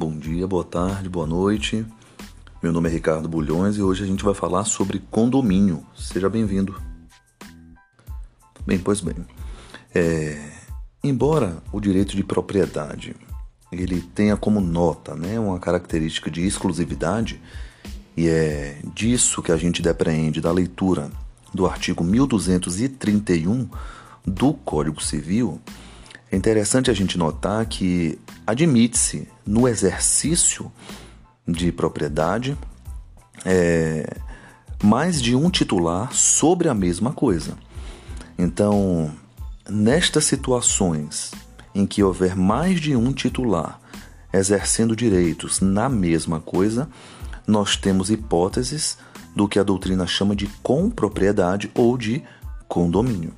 Bom dia, boa tarde, boa noite. Meu nome é Ricardo Bulhões e hoje a gente vai falar sobre condomínio. Seja bem-vindo. Pois bem, embora o direito de propriedade ele tenha como nota, uma característica de exclusividade, e é disso que a gente depreende da leitura do artigo 1231 do Código Civil, é interessante a gente notar que admite-se no exercício de propriedade mais de um titular sobre a mesma coisa. Então, nestas situações em que houver mais de um titular exercendo direitos na mesma coisa, nós temos hipóteses do que a doutrina chama de compropriedade ou de condomínio.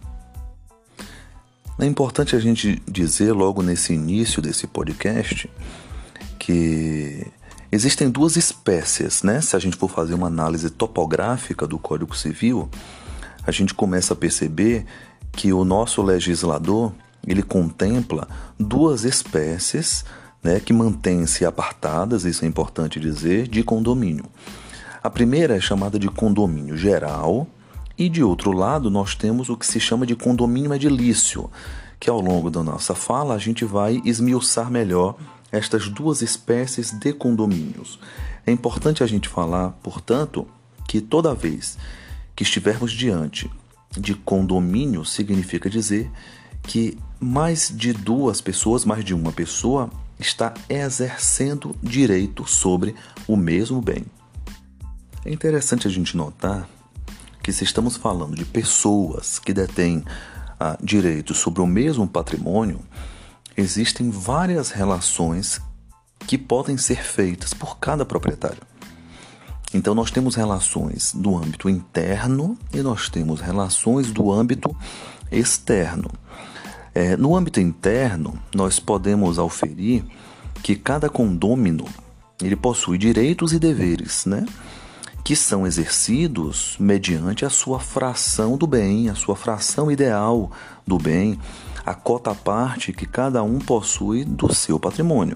É importante a gente dizer logo nesse início desse podcast que existem duas espécies, Se a gente for fazer uma análise topográfica do Código Civil, a gente começa a perceber que o nosso legislador ele contempla duas espécies, que mantêm-se apartadas, isso é importante dizer, de condomínio. A primeira é chamada de condomínio geral, e de outro lado nós temos o que se chama de condomínio edilício, que ao longo da nossa fala a gente vai esmiuçar melhor estas duas espécies de condomínios. É importante a gente falar, portanto, que toda vez que estivermos diante de condomínio, significa dizer que mais de duas pessoas, mais de uma pessoa, está exercendo direito sobre o mesmo bem. É interessante a gente notar que se estamos falando de pessoas que detêm direitos sobre o mesmo patrimônio, existem várias relações que podem ser feitas por cada proprietário. Então nós temos relações do âmbito interno e nós temos relações do âmbito externo. No âmbito interno, nós podemos aferir que cada condômino ele possui direitos e deveres, que são exercidos mediante a sua fração do bem, a sua fração ideal do bem, a cota-parte que cada um possui do seu patrimônio.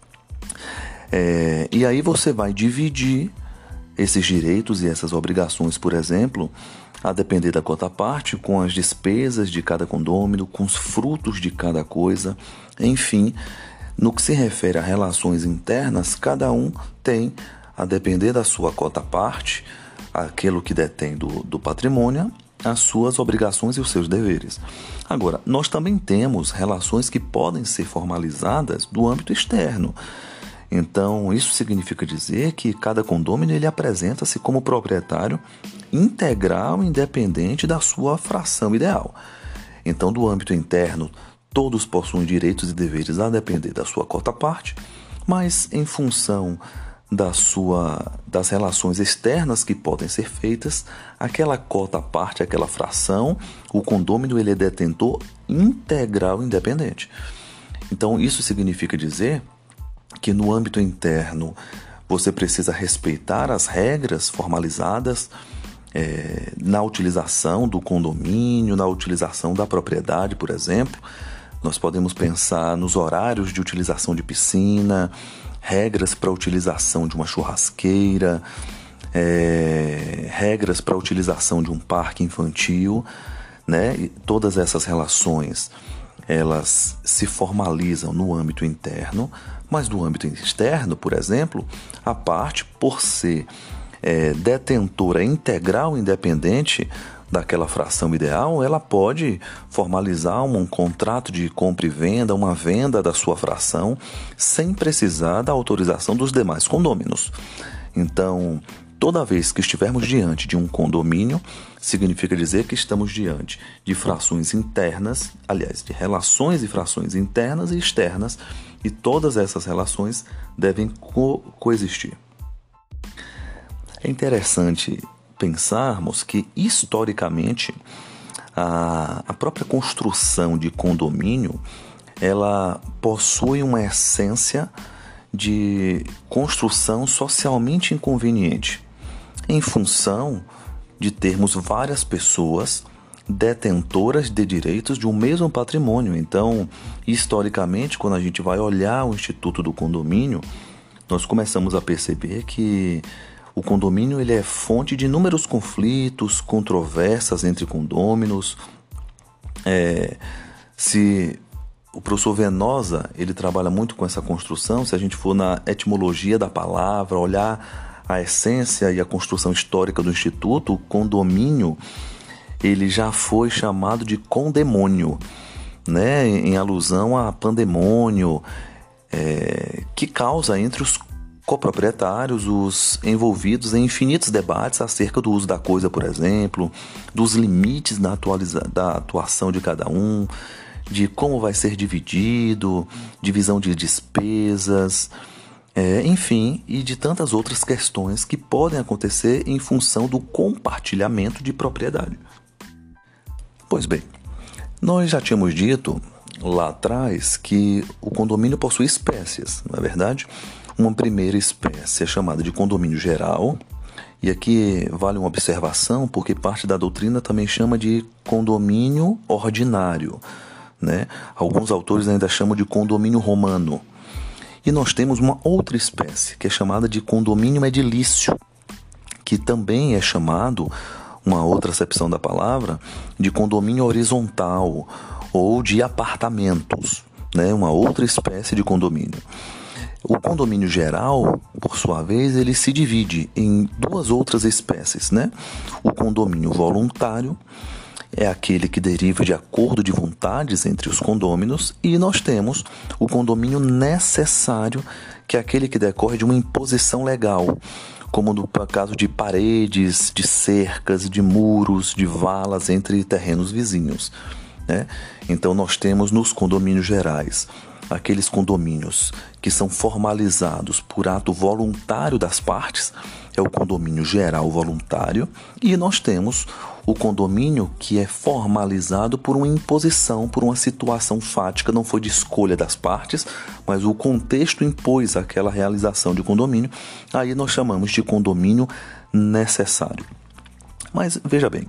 E aí você vai dividir esses direitos e essas obrigações, por exemplo, a depender da cota-parte, com as despesas de cada condômino, com os frutos de cada coisa, enfim, no que se refere a relações internas, cada um tem, a depender da sua cota-parte, aquilo que detém do patrimônio, as suas obrigações e os seus deveres. Agora, nós também temos relações que podem ser formalizadas do âmbito externo. Então, isso significa dizer que cada condômino ele apresenta-se como proprietário integral e independente da sua fração ideal. Então, do âmbito interno, todos possuem direitos e deveres a depender da sua cota-parte, mas em função das relações externas que podem ser feitas, aquela cota-parte, aquela fração, o condômino ele é detentor integral e independente. Então, isso significa dizer que no âmbito interno você precisa respeitar as regras formalizadas na utilização do condomínio, na utilização da propriedade, por exemplo. Nós podemos pensar nos horários de utilização de piscina, regras para a utilização de uma churrasqueira, regras para a utilização de um parque infantil, E todas essas relações elas se formalizam no âmbito interno, mas no âmbito externo, por exemplo, a parte, por ser detentora integral e independente daquela fração ideal, ela pode formalizar um contrato de compra e venda, uma venda da sua fração, sem precisar da autorização dos demais condôminos. Então, toda vez que estivermos diante de um condomínio, significa dizer que estamos diante de frações internas, aliás, de relações e frações internas e externas, e todas essas relações devem coexistir. É interessante pensarmos que, historicamente, a própria construção de condomínio ela possui uma essência de construção socialmente inconveniente, em função de termos várias pessoas detentoras de direitos de um mesmo patrimônio. Então, historicamente, quando a gente vai olhar o Instituto do Condomínio, nós começamos a perceber que o condomínio ele é fonte de inúmeros conflitos, controvérsias entre condôminos. Se o professor Venosa, ele trabalha muito com essa construção, se a gente for na etimologia da palavra, olhar a essência e a construção histórica do Instituto, o condomínio, ele já foi chamado de condemônio, né? Em alusão a pandemônio, que causa entre os coproprietários, os envolvidos em infinitos debates acerca do uso da coisa, por exemplo, dos limites da atuação de cada um, de como vai ser dividido, divisão de despesas, enfim, e de tantas outras questões que podem acontecer em função do compartilhamento de propriedade. Pois bem, nós já tínhamos dito lá atrás que o condomínio possui espécies, não é verdade? Uma primeira espécie é chamada de condomínio geral, e aqui vale uma observação, porque parte da doutrina também chama de condomínio ordinário, né? Alguns autores ainda chamam de condomínio romano. E nós temos uma outra espécie, que é chamada de condomínio edilício, que também é chamado, uma outra acepção da palavra, de condomínio horizontal ou de apartamentos, né? Uma outra espécie de condomínio. O condomínio geral, por sua vez, ele se divide em duas outras espécies, né? O condomínio voluntário é aquele que deriva de acordo de vontades entre os condôminos, e nós temos o condomínio necessário, que é aquele que decorre de uma imposição legal, como no caso de paredes, de cercas, de muros, de valas entre terrenos vizinhos, né? Então nós temos nos condomínios gerais aqueles condomínios que são formalizados por ato voluntário das partes, é o condomínio geral voluntário, e nós temos o condomínio que é formalizado por uma imposição, por uma situação fática, não foi de escolha das partes, mas o contexto impôs aquela realização de condomínio, aí nós chamamos de condomínio necessário. Mas veja bem,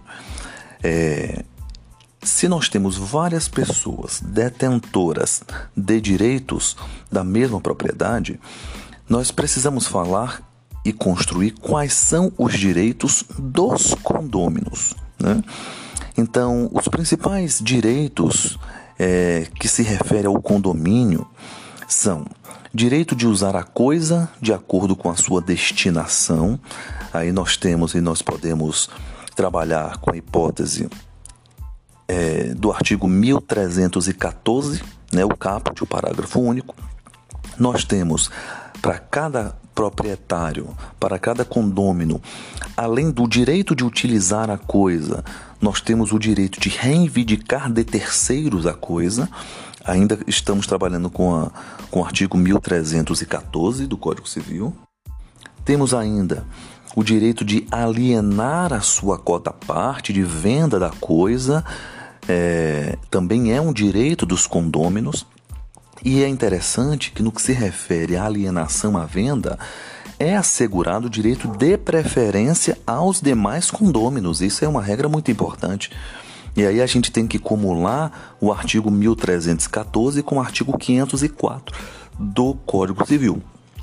se nós temos várias pessoas detentoras de direitos da mesma propriedade, nós precisamos falar e construir quais são os direitos dos condôminos, né? Então, os principais direitos que se referem ao condomínio são direito de usar a coisa de acordo com a sua destinação. Aí nós temos e nós podemos trabalhar com a hipótese do artigo 1314, né, o caput, o parágrafo único. Nós temos para cada proprietário, para cada condômino, além do direito de utilizar a coisa, nós temos o direito de reivindicar de terceiros a coisa. Ainda estamos trabalhando com o artigo 1314 do Código Civil. Temos ainda o direito de alienar a sua cota-parte de venda da coisa, também é um direito dos condôminos. E é interessante que no que se refere à alienação à venda, é assegurado o direito de preferência aos demais condôminos. Isso é uma regra muito importante. E aí a gente tem que acumular o artigo 1314 com o artigo 504 do Código Civil.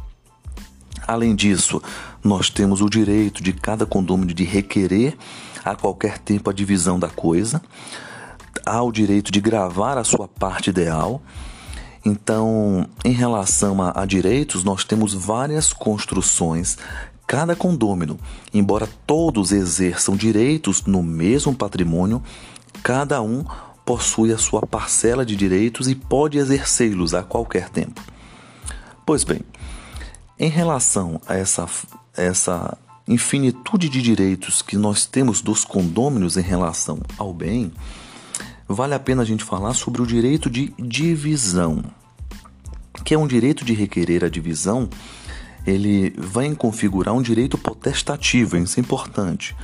Além disso, nós temos o direito de cada condômino de requerer a qualquer tempo a divisão da coisa. Há o direito de gravar a sua parte ideal. Então, em relação a direitos, nós temos várias construções. Cada condômino, embora todos exerçam direitos no mesmo patrimônio, cada um possui a sua parcela de direitos e pode exercê-los a qualquer tempo. Pois bem, em relação a essa infinitude de direitos que nós temos dos condôminos em relação ao bem, vale a pena a gente falar sobre o direito de divisão, que é um direito de requerer a divisão. Ele vai configurar um direito potestativo, isso é importante,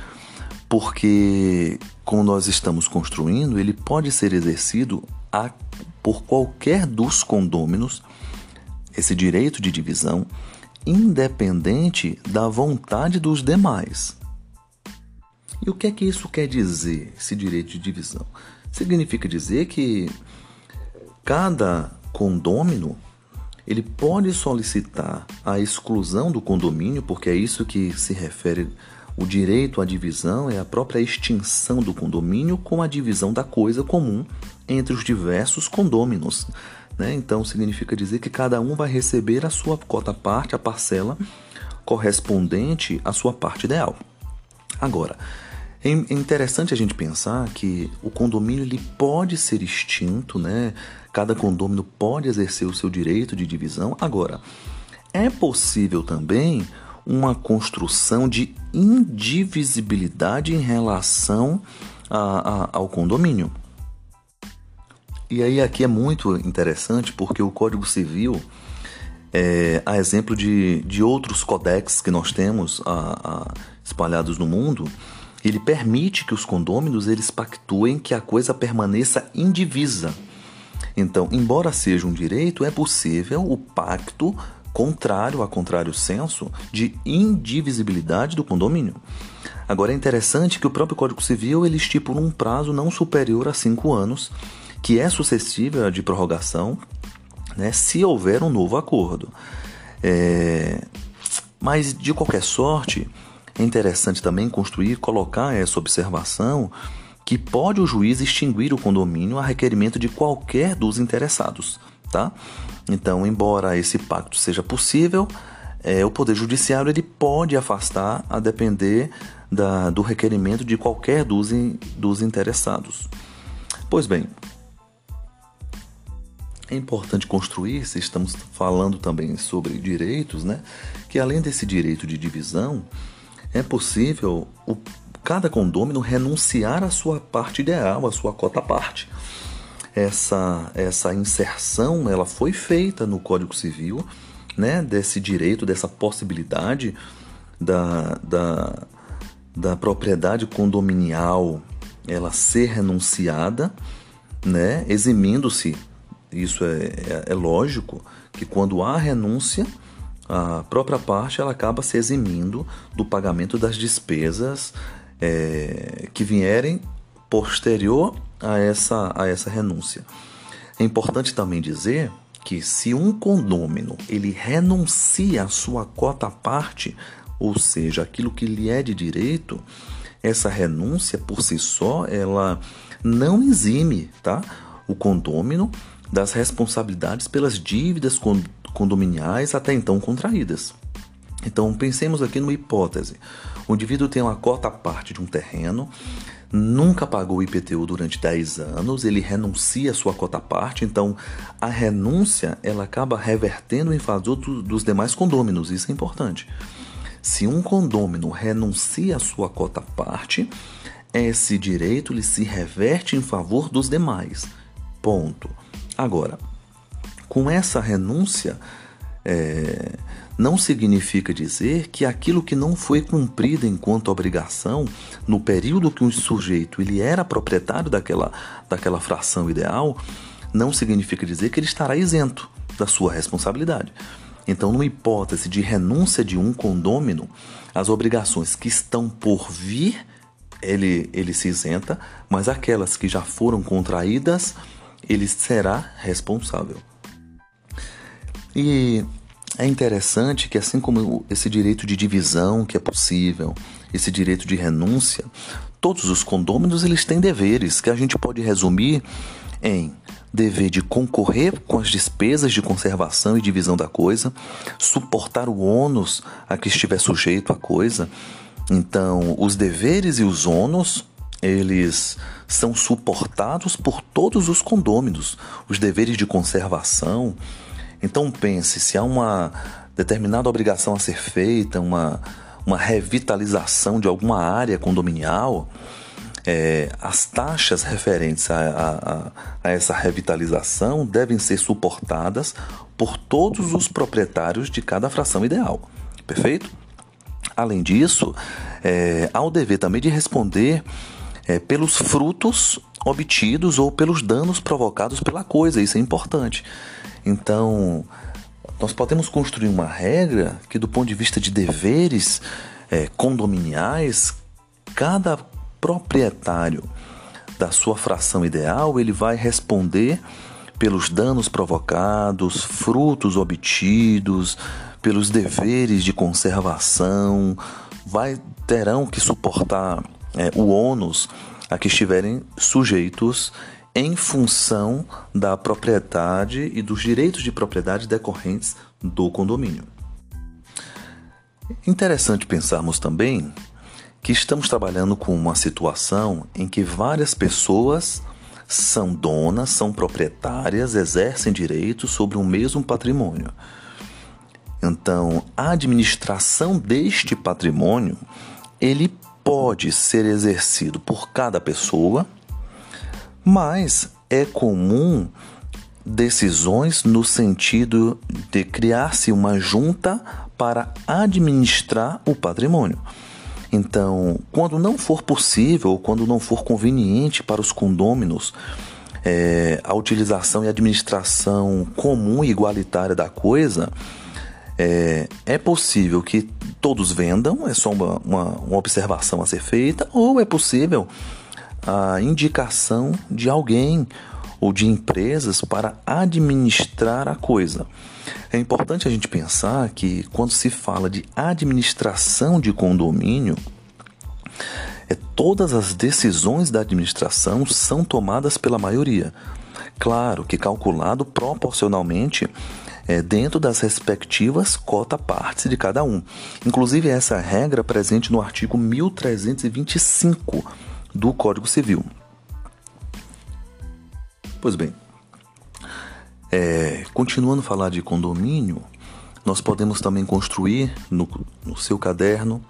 porque como nós estamos construindo, ele pode ser exercido por qualquer dos condôminos, esse direito de divisão, independente da vontade dos demais. E o que é que isso quer dizer, esse direito de divisão? Significa dizer que cada condômino ele pode solicitar a exclusão do condomínio, porque é isso que se refere o direito à divisão, é a própria extinção do condomínio com a divisão da coisa comum entre os diversos condôminos, né? Então, significa dizer que cada um vai receber a sua cota-parte, a parcela correspondente à sua parte ideal. Agora, é interessante a gente pensar que o condomínio ele pode ser extinto, né? Cada condômino pode exercer o seu direito de divisão. Agora, é possível também uma construção de indivisibilidade em relação ao condomínio. E aí aqui é muito interessante porque o Código Civil, a exemplo de outros codex que nós temos espalhados no mundo, ele permite que os condôminos eles pactuem que a coisa permaneça indivisa. Então, embora seja um direito, é possível o pacto contrário, a contrário senso, de indivisibilidade do condomínio. Agora, é interessante que o próprio Código Civil ele estipula um prazo não superior a 5 anos, que é suscetível de prorrogação, né, se houver um novo acordo. Mas, de qualquer sorte, é interessante também colocar essa observação que pode o juiz extinguir o condomínio a requerimento de qualquer dos interessados, tá? Então, embora esse pacto seja possível, o Poder Judiciário ele pode afastar a depender do requerimento de qualquer dos interessados. Pois bem, é importante construir, se estamos falando também sobre direitos, né? Que além desse direito de divisão, é possível cada condômino renunciar à sua parte ideal, à sua cota-parte. Essa inserção ela foi feita no Código Civil, né, desse direito, dessa possibilidade da propriedade condominial ela ser renunciada, né, eximindo-se. Isso é lógico que quando há renúncia, a própria parte ela acaba se eximindo do pagamento das despesas que vierem posterior a essa renúncia. É importante também dizer que se um condômino ele renuncia à sua cota-parte, ou seja, aquilo que lhe é de direito, essa renúncia por si só ela não exime, tá, o condômino das responsabilidades pelas dívidas condominiais até então contraídas. Então, pensemos aqui numa hipótese. O indivíduo tem uma cota-parte de um terreno, nunca pagou o IPTU durante 10 anos, ele renuncia à sua cota-parte, então a renúncia ela acaba revertendo em favor dos demais condôminos, isso é importante. Se um condômino renuncia à sua cota-parte, esse direito ele se reverte em favor dos demais. Ponto. Agora, com essa renúncia, não significa dizer que aquilo que não foi cumprido enquanto obrigação, no período que um sujeito ele era proprietário daquela fração ideal, não significa dizer que ele estará isento da sua responsabilidade. Então, numa hipótese de renúncia de um condômino, as obrigações que estão por vir, ele se isenta, mas aquelas que já foram contraídas, ele será responsável. E é interessante que assim como esse direito de divisão que é possível, esse direito de renúncia, todos os condôminos eles têm deveres que a gente pode resumir em dever de concorrer com as despesas de conservação e divisão da coisa, suportar o ônus a que estiver sujeito a coisa. Então, os deveres e os ônus eles são suportados por todos os condôminos, os deveres de conservação. Então pense, se há uma determinada obrigação a ser feita, uma revitalização de alguma área condominial, as taxas referentes a essa revitalização devem ser suportadas por todos os proprietários de cada fração ideal. Perfeito? Além disso, há o dever também de responder pelos frutos obtidos ou pelos danos provocados pela coisa, isso é importante. Então, nós podemos construir uma regra que, do ponto de vista de deveres condominiais, cada proprietário da sua fração ideal, ele vai responder pelos danos provocados, frutos obtidos, pelos deveres de conservação, terão que suportar o ônus a que estiverem sujeitos em função da propriedade e dos direitos de propriedade decorrentes do condomínio. Interessante pensarmos também que estamos trabalhando com uma situação em que várias pessoas são donas, são proprietárias, exercem direitos sobre o mesmo patrimônio. Então, a administração deste patrimônio, ele pode ser exercido por cada pessoa, mas é comum decisões no sentido de criar-se uma junta para administrar o patrimônio. Então, quando não for possível, quando não for conveniente para os condôminos a utilização e administração comum e igualitária da coisa, é possível que todos vendam, é só uma observação a ser feita, ou é possível a indicação de alguém ou de empresas para administrar a coisa. É importante a gente pensar que quando se fala de administração de condomínio, todas as decisões da administração são tomadas pela maioria. Claro que calculado proporcionalmente dentro das respectivas cota-partes de cada um. Inclusive essa regra presente no artigo 1325 do Código Civil. Pois bem, continuando a falar de condomínio, nós podemos também construir no seu caderno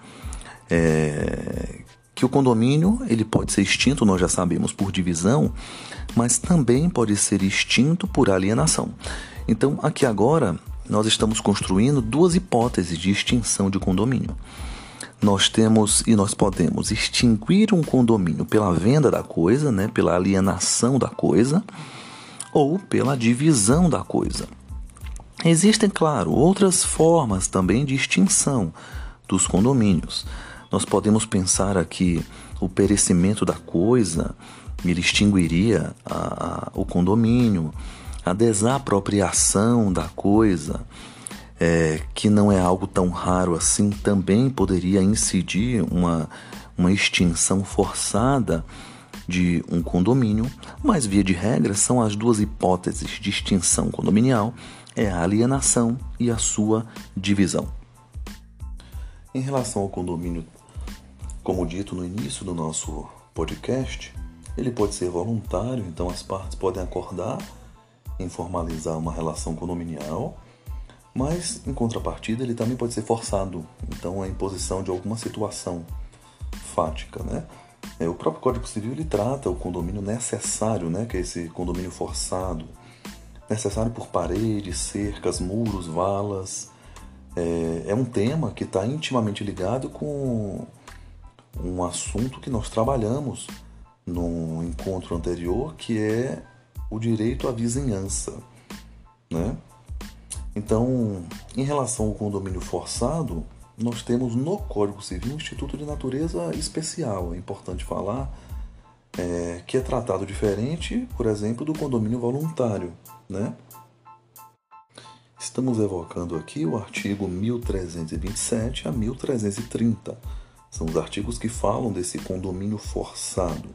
que o condomínio ele pode ser extinto, nós já sabemos, por divisão, mas também pode ser extinto por alienação. Então, aqui agora, nós estamos construindo duas hipóteses de extinção de condomínio. Nós podemos extinguir um condomínio pela venda da coisa, pela alienação da coisa, ou pela divisão da coisa. Existem, claro, outras formas também de extinção dos condomínios. Nós podemos pensar aqui o perecimento da coisa, ele extinguiria o condomínio, a desapropriação da coisa, que não é algo tão raro assim, também poderia incidir uma extinção forçada de um condomínio, mas via de regra são as duas hipóteses de extinção condominial, a alienação e a sua divisão. Em relação ao condomínio, como dito no início do nosso podcast, ele pode ser voluntário, então as partes podem acordar em formalizar uma relação condominial, mas em contrapartida ele também pode ser forçado, então a imposição de alguma situação fática, O próprio Código Civil ele trata o condomínio necessário, que é esse condomínio forçado, necessário por paredes, cercas, muros, valas. É um tema que está intimamente ligado com um assunto que nós trabalhamos no encontro anterior, que é o direito à vizinhança, Então, em relação ao condomínio forçado, nós temos no Código Civil um instituto de natureza especial. É importante falar que é tratado diferente, por exemplo, do condomínio voluntário, Estamos evocando aqui o artigo 1327 a 1330. São os artigos que falam desse condomínio forçado,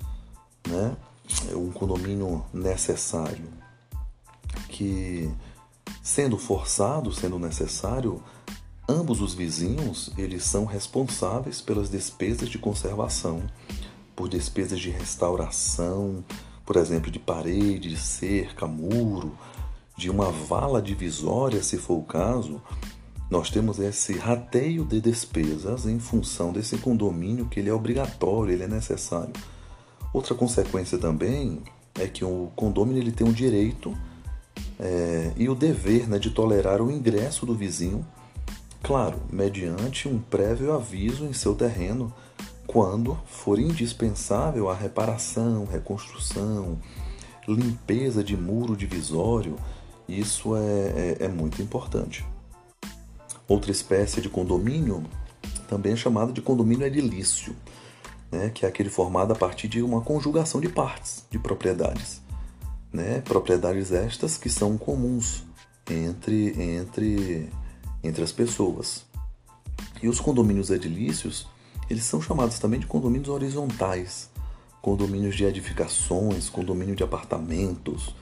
É um condomínio necessário, que sendo forçado, sendo necessário, ambos os vizinhos eles são responsáveis pelas despesas de conservação, por despesas de restauração, por exemplo, de parede, de cerca, muro, de uma vala divisória, se for o caso. Nós temos esse rateio de despesas em função desse condomínio, que ele é obrigatório, ele é necessário. Outra consequência também é que o condomínio ele tem o direito e o dever de tolerar o ingresso do vizinho, claro, mediante um prévio aviso em seu terreno, quando for indispensável a reparação, reconstrução, limpeza de muro divisório. Isso é muito importante. Outra espécie de condomínio também é chamada de condomínio edilício, que é aquele formado a partir de uma conjugação de partes, de propriedades. né? Propriedades estas que são comuns entre as pessoas. E os condomínios edilícios, eles são chamados também de condomínios horizontais, condomínios de edificações, condomínio de apartamentos,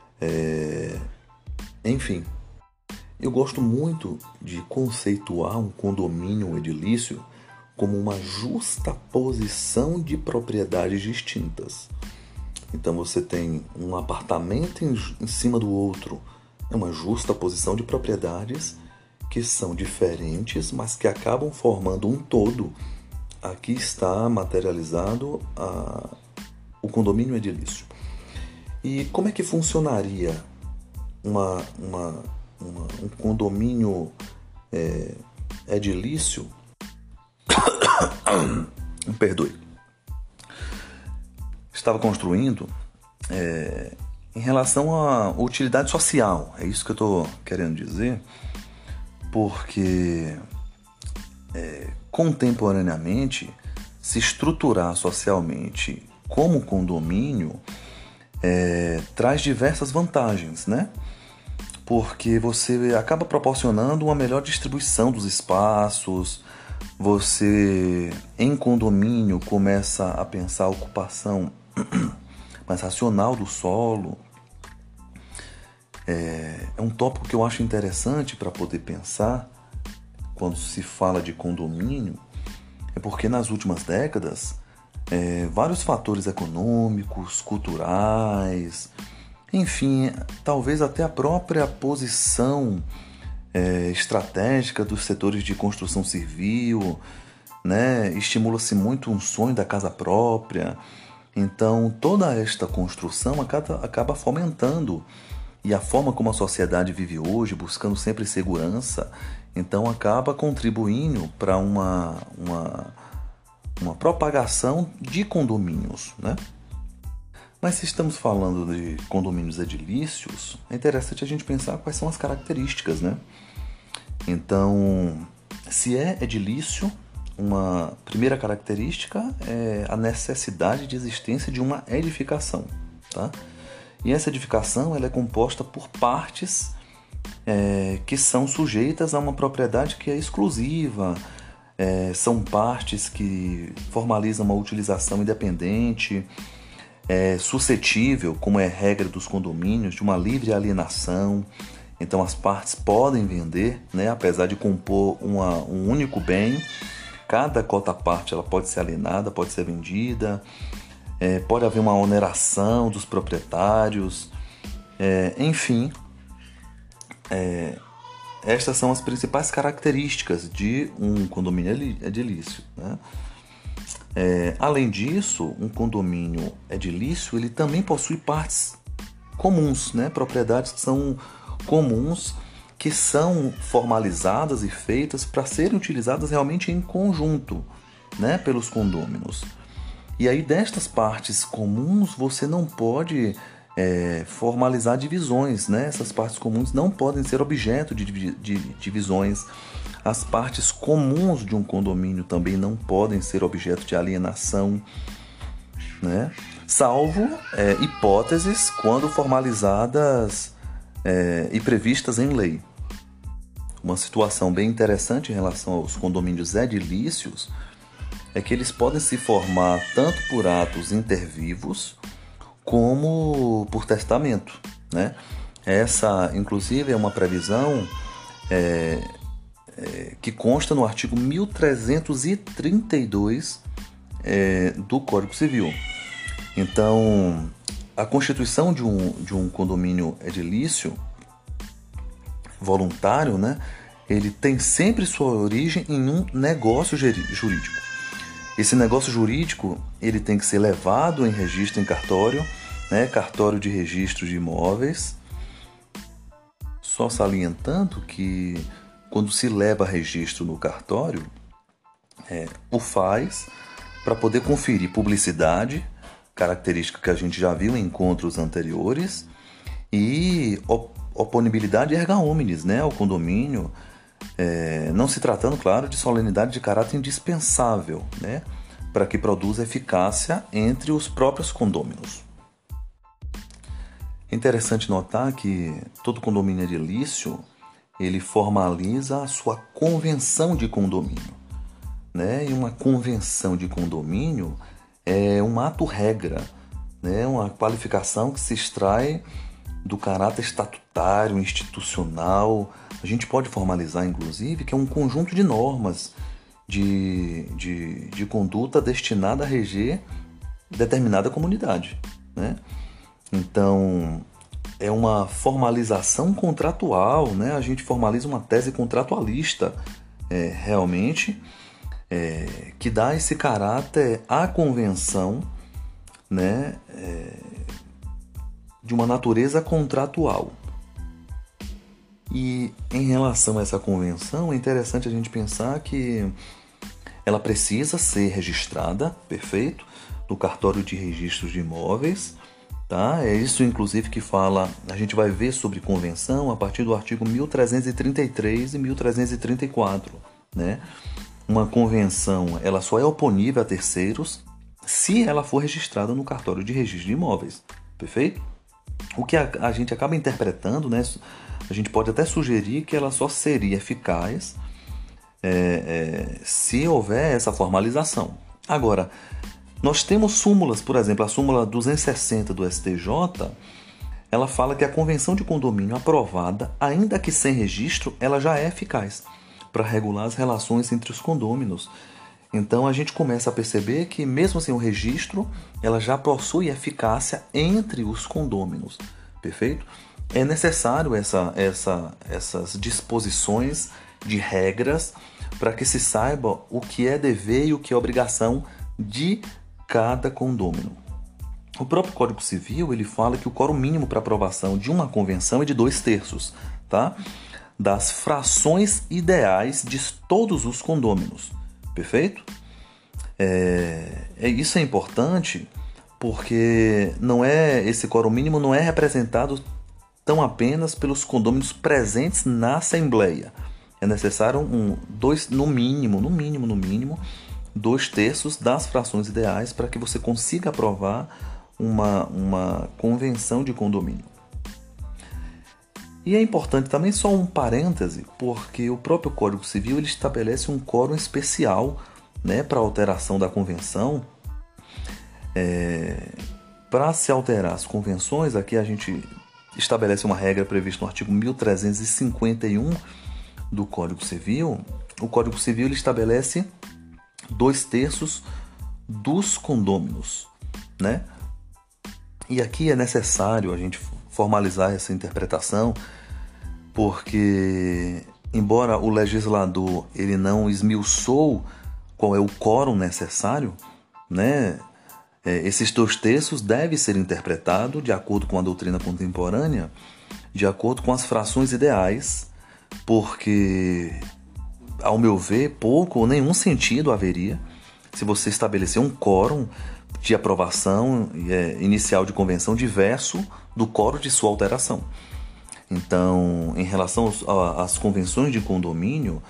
enfim. Eu gosto muito de conceituar um condomínio edilício como uma justaposição de propriedades distintas. Então você tem um apartamento em cima do outro. É uma justaposição de propriedades que são diferentes, mas que acabam formando um todo. Aqui está materializado o condomínio edilício. E como é que funcionaria um condomínio edilício? Perdoe. Estava construindo em relação à utilidade social. É isso que eu estou querendo dizer, porque contemporaneamente se estruturar socialmente como condomínio traz diversas vantagens, né? Porque você acaba proporcionando uma melhor distribuição dos espaços, você em condomínio começa a pensar a ocupação mais racional do solo. É um tópico que eu acho interessante para poder pensar quando se fala de condomínio, é porque nas últimas décadas vários fatores econômicos, culturais, enfim, talvez até a própria posição estratégica dos setores de construção civil, né? Estimula-se muito um sonho da casa própria. Então, toda esta construção acaba fomentando, e a forma como a sociedade vive hoje, buscando sempre segurança, então acaba contribuindo para uma propagação de condomínios, né? Mas se estamos falando de condomínios edilícios, é interessante a gente pensar quais são as características, né? Então, se é edilício, uma primeira característica é a necessidade de existência de uma edificação, tá? E essa edificação ela é composta por partes que são sujeitas a uma propriedade que é exclusiva, são partes que formalizam uma utilização independente, suscetível, como é regra dos condomínios, de uma livre alienação. Então as partes podem vender, né, apesar de compor um único bem. Cada cota-parte ela pode ser alienada, pode ser vendida, pode haver uma oneração dos proprietários, enfim. Estas são as principais características de um condomínio edilício, né? Além disso, um condomínio edilício ele também possui partes comuns, né? Propriedades que são comuns, que são formalizadas e feitas para serem utilizadas realmente em conjunto, né? Pelos condôminos. E aí destas partes comuns você não pode formalizar divisões, né? Essas partes comuns não podem ser objeto de divisões. As partes comuns de um condomínio também não podem ser objeto de alienação, né? Salvo hipóteses quando formalizadas e previstas em lei. Uma situação bem interessante em relação aos condomínios edilícios é que eles podem se formar tanto por atos intervivos como por testamento, né? Essa, inclusive, é uma previsão que consta no artigo 1332 do Código Civil. Então, a constituição de um condomínio edilício voluntário, né, ele tem sempre sua origem em um negócio jurídico. Esse negócio jurídico ele tem que ser levado em registro em cartório, né, cartório de registro de imóveis. Só salientando que quando se leva registro no cartório, o faz para poder conferir publicidade, característica que a gente já viu em encontros anteriores, e oponibilidade erga omnes, né, ao condomínio, não se tratando, claro, de solenidade de caráter indispensável, né, para que produza eficácia entre os próprios condôminos. É interessante notar que todo condomínio edilício, ele formaliza a sua convenção de condomínio, né? E uma convenção de condomínio é um ato-regra, né? Uma qualificação que se extrai do caráter estatutário, institucional. A gente pode formalizar, inclusive, que é um conjunto de normas de conduta destinada a reger determinada comunidade, né? Então, é uma formalização contratual, né? A gente formaliza uma tese contratualista, realmente, que dá esse caráter à convenção, né? De uma natureza contratual. E em relação a essa convenção, é interessante a gente pensar que ela precisa ser registrada, perfeito, no cartório de registros de imóveis, tá? É isso, inclusive, que fala, a gente vai ver sobre convenção a partir do artigo 1333 e 1334, né? Uma convenção, ela só é oponível a terceiros se ela for registrada no cartório de registro de imóveis, perfeito? O que a gente acaba interpretando, né? A gente pode até sugerir que ela só seria eficaz se houver essa formalização. Agora, nós temos súmulas, por exemplo, a súmula 260 do STJ, ela fala que a convenção de condomínio aprovada, ainda que sem registro, ela já é eficaz para regular as relações entre os condôminos. Então a gente começa a perceber que mesmo sem o registro, ela já possui eficácia entre os condôminos, perfeito? É necessário essas disposições de regras para que se saiba o que é dever e o que é obrigação de cada condômino. O próprio Código Civil, ele fala que o quórum mínimo para aprovação de uma convenção é de 2/3, tá? Das frações ideais de todos os condôminos, perfeito? Isso é importante porque esse quórum mínimo não é representado tão apenas pelos condôminos presentes na Assembleia. É necessário no mínimo, 2/3 das frações ideais para que você consiga aprovar uma convenção de condomínio. E é importante também, só um parêntese, porque o próprio Código Civil ele estabelece um quórum especial, né, para alteração da convenção. Para se alterar as convenções, aqui a gente estabelece uma regra prevista no artigo 1351 do Código Civil. O Código Civil ele estabelece 2/3 dos condôminos, né? E aqui é necessário a gente formalizar essa interpretação, porque embora o legislador ele não esmiuçou qual é o quórum necessário, né? Esses 2/3 devem ser interpretados de acordo com a doutrina contemporânea, de acordo com as frações ideais, porque, ao meu ver, pouco ou nenhum sentido haveria se você estabelecer um quórum de aprovação inicial de convenção diverso do quórum de sua alteração. Então, em relação às convenções de condomínio,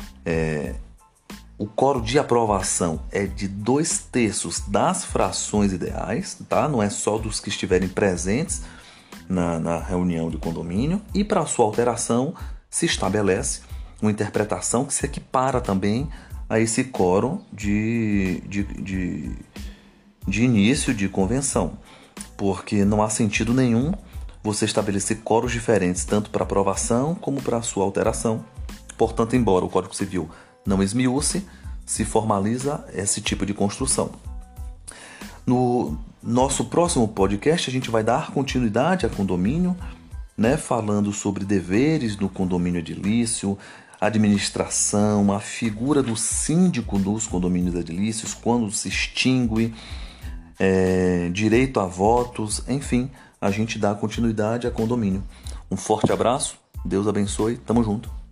o quórum de aprovação é de 2/3 das frações ideais, tá? Não é só dos que estiverem presentes na reunião de condomínio. E para sua alteração se estabelece uma interpretação que se equipara também a esse quórum de início de convenção, porque não há sentido nenhum você estabelecer quóruns diferentes tanto para aprovação como para sua alteração. Portanto, embora o Código Civil não esmiúce, se formaliza esse tipo de construção. No nosso próximo podcast, a gente vai dar continuidade a condomínio, né, falando sobre deveres do condomínio edilício, administração, a figura do síndico dos condomínios edilícios, quando se extingue, direito a votos, enfim, a gente dá continuidade a condomínio. Um forte abraço, Deus abençoe, tamo junto.